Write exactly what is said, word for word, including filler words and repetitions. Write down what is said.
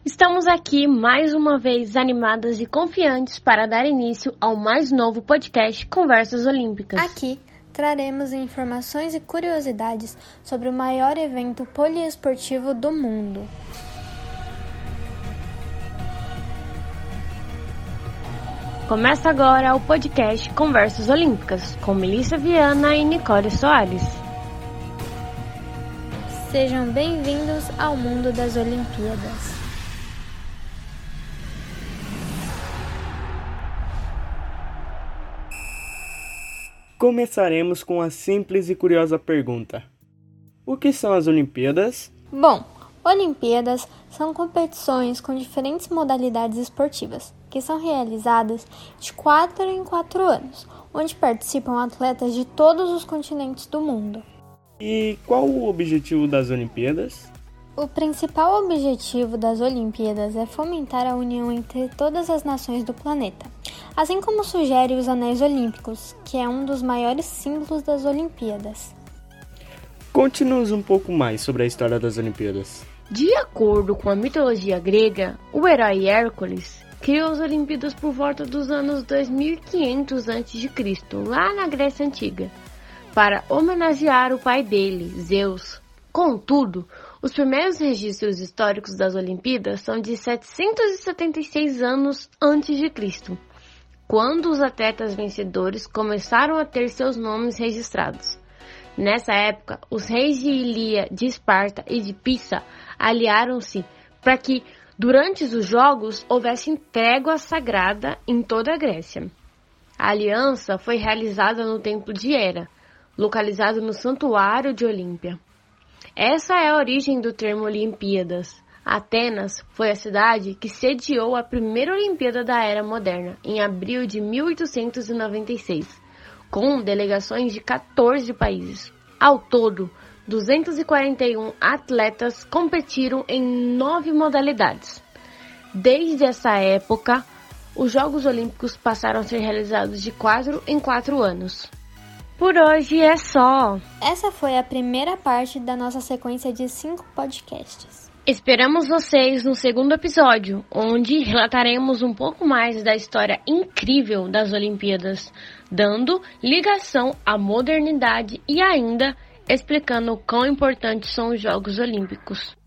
Estamos aqui mais uma vez animadas e confiantes para dar início ao mais novo podcast Conversas Olímpicas. Aqui traremos informações e curiosidades sobre o maior evento poliesportivo do mundo. Começa agora o podcast Conversas Olímpicas com Melissa Viana e Nicole Soares. Sejam bem-vindos ao mundo das Olimpíadas. Começaremos com a simples e curiosa pergunta: o que são as Olimpíadas? Bom, Olimpíadas são competições com diferentes modalidades esportivas, que são realizadas de quatro em quatro anos, onde participam atletas de todos os continentes do mundo. E qual o objetivo das Olimpíadas? O principal objetivo das Olimpíadas é fomentar a união entre todas as nações do planeta, assim como sugere os Anéis Olímpicos, que é um dos maiores símbolos das Olimpíadas. Conte-nos um pouco mais sobre a história das Olimpíadas. De acordo com a mitologia grega, o herói Hércules criou as Olimpíadas por volta dos anos dois mil e quinhentos antes de Cristo, lá na Grécia Antiga, para homenagear o pai dele, Zeus. Contudo, os primeiros registros históricos das Olimpíadas são de setecentos e setenta e seis anos antes de Cristo, quando os atletas vencedores começaram a ter seus nomes registrados. Nessa época, os reis de Ilia, de Esparta e de Pisa aliaram-se para que, durante os jogos, houvesse trégua sagrada em toda a Grécia. A aliança foi realizada no templo de Hera, localizado no Santuário de Olímpia. Essa é a origem do termo Olimpíadas. Atenas foi a cidade que sediou a primeira Olimpíada da Era Moderna, em abril de mil oitocentos e noventa e seis, com delegações de quatorze países. Ao todo, duzentos e quarenta e um atletas competiram em nove modalidades. Desde essa época, os Jogos Olímpicos passaram a ser realizados de quatro em quatro anos. Por hoje é só. Essa foi a primeira parte da nossa sequência de cinco podcasts. Esperamos vocês no segundo episódio, onde relataremos um pouco mais da história incrível das Olimpíadas, dando ligação à modernidade e ainda explicando o quão importantes são os Jogos Olímpicos.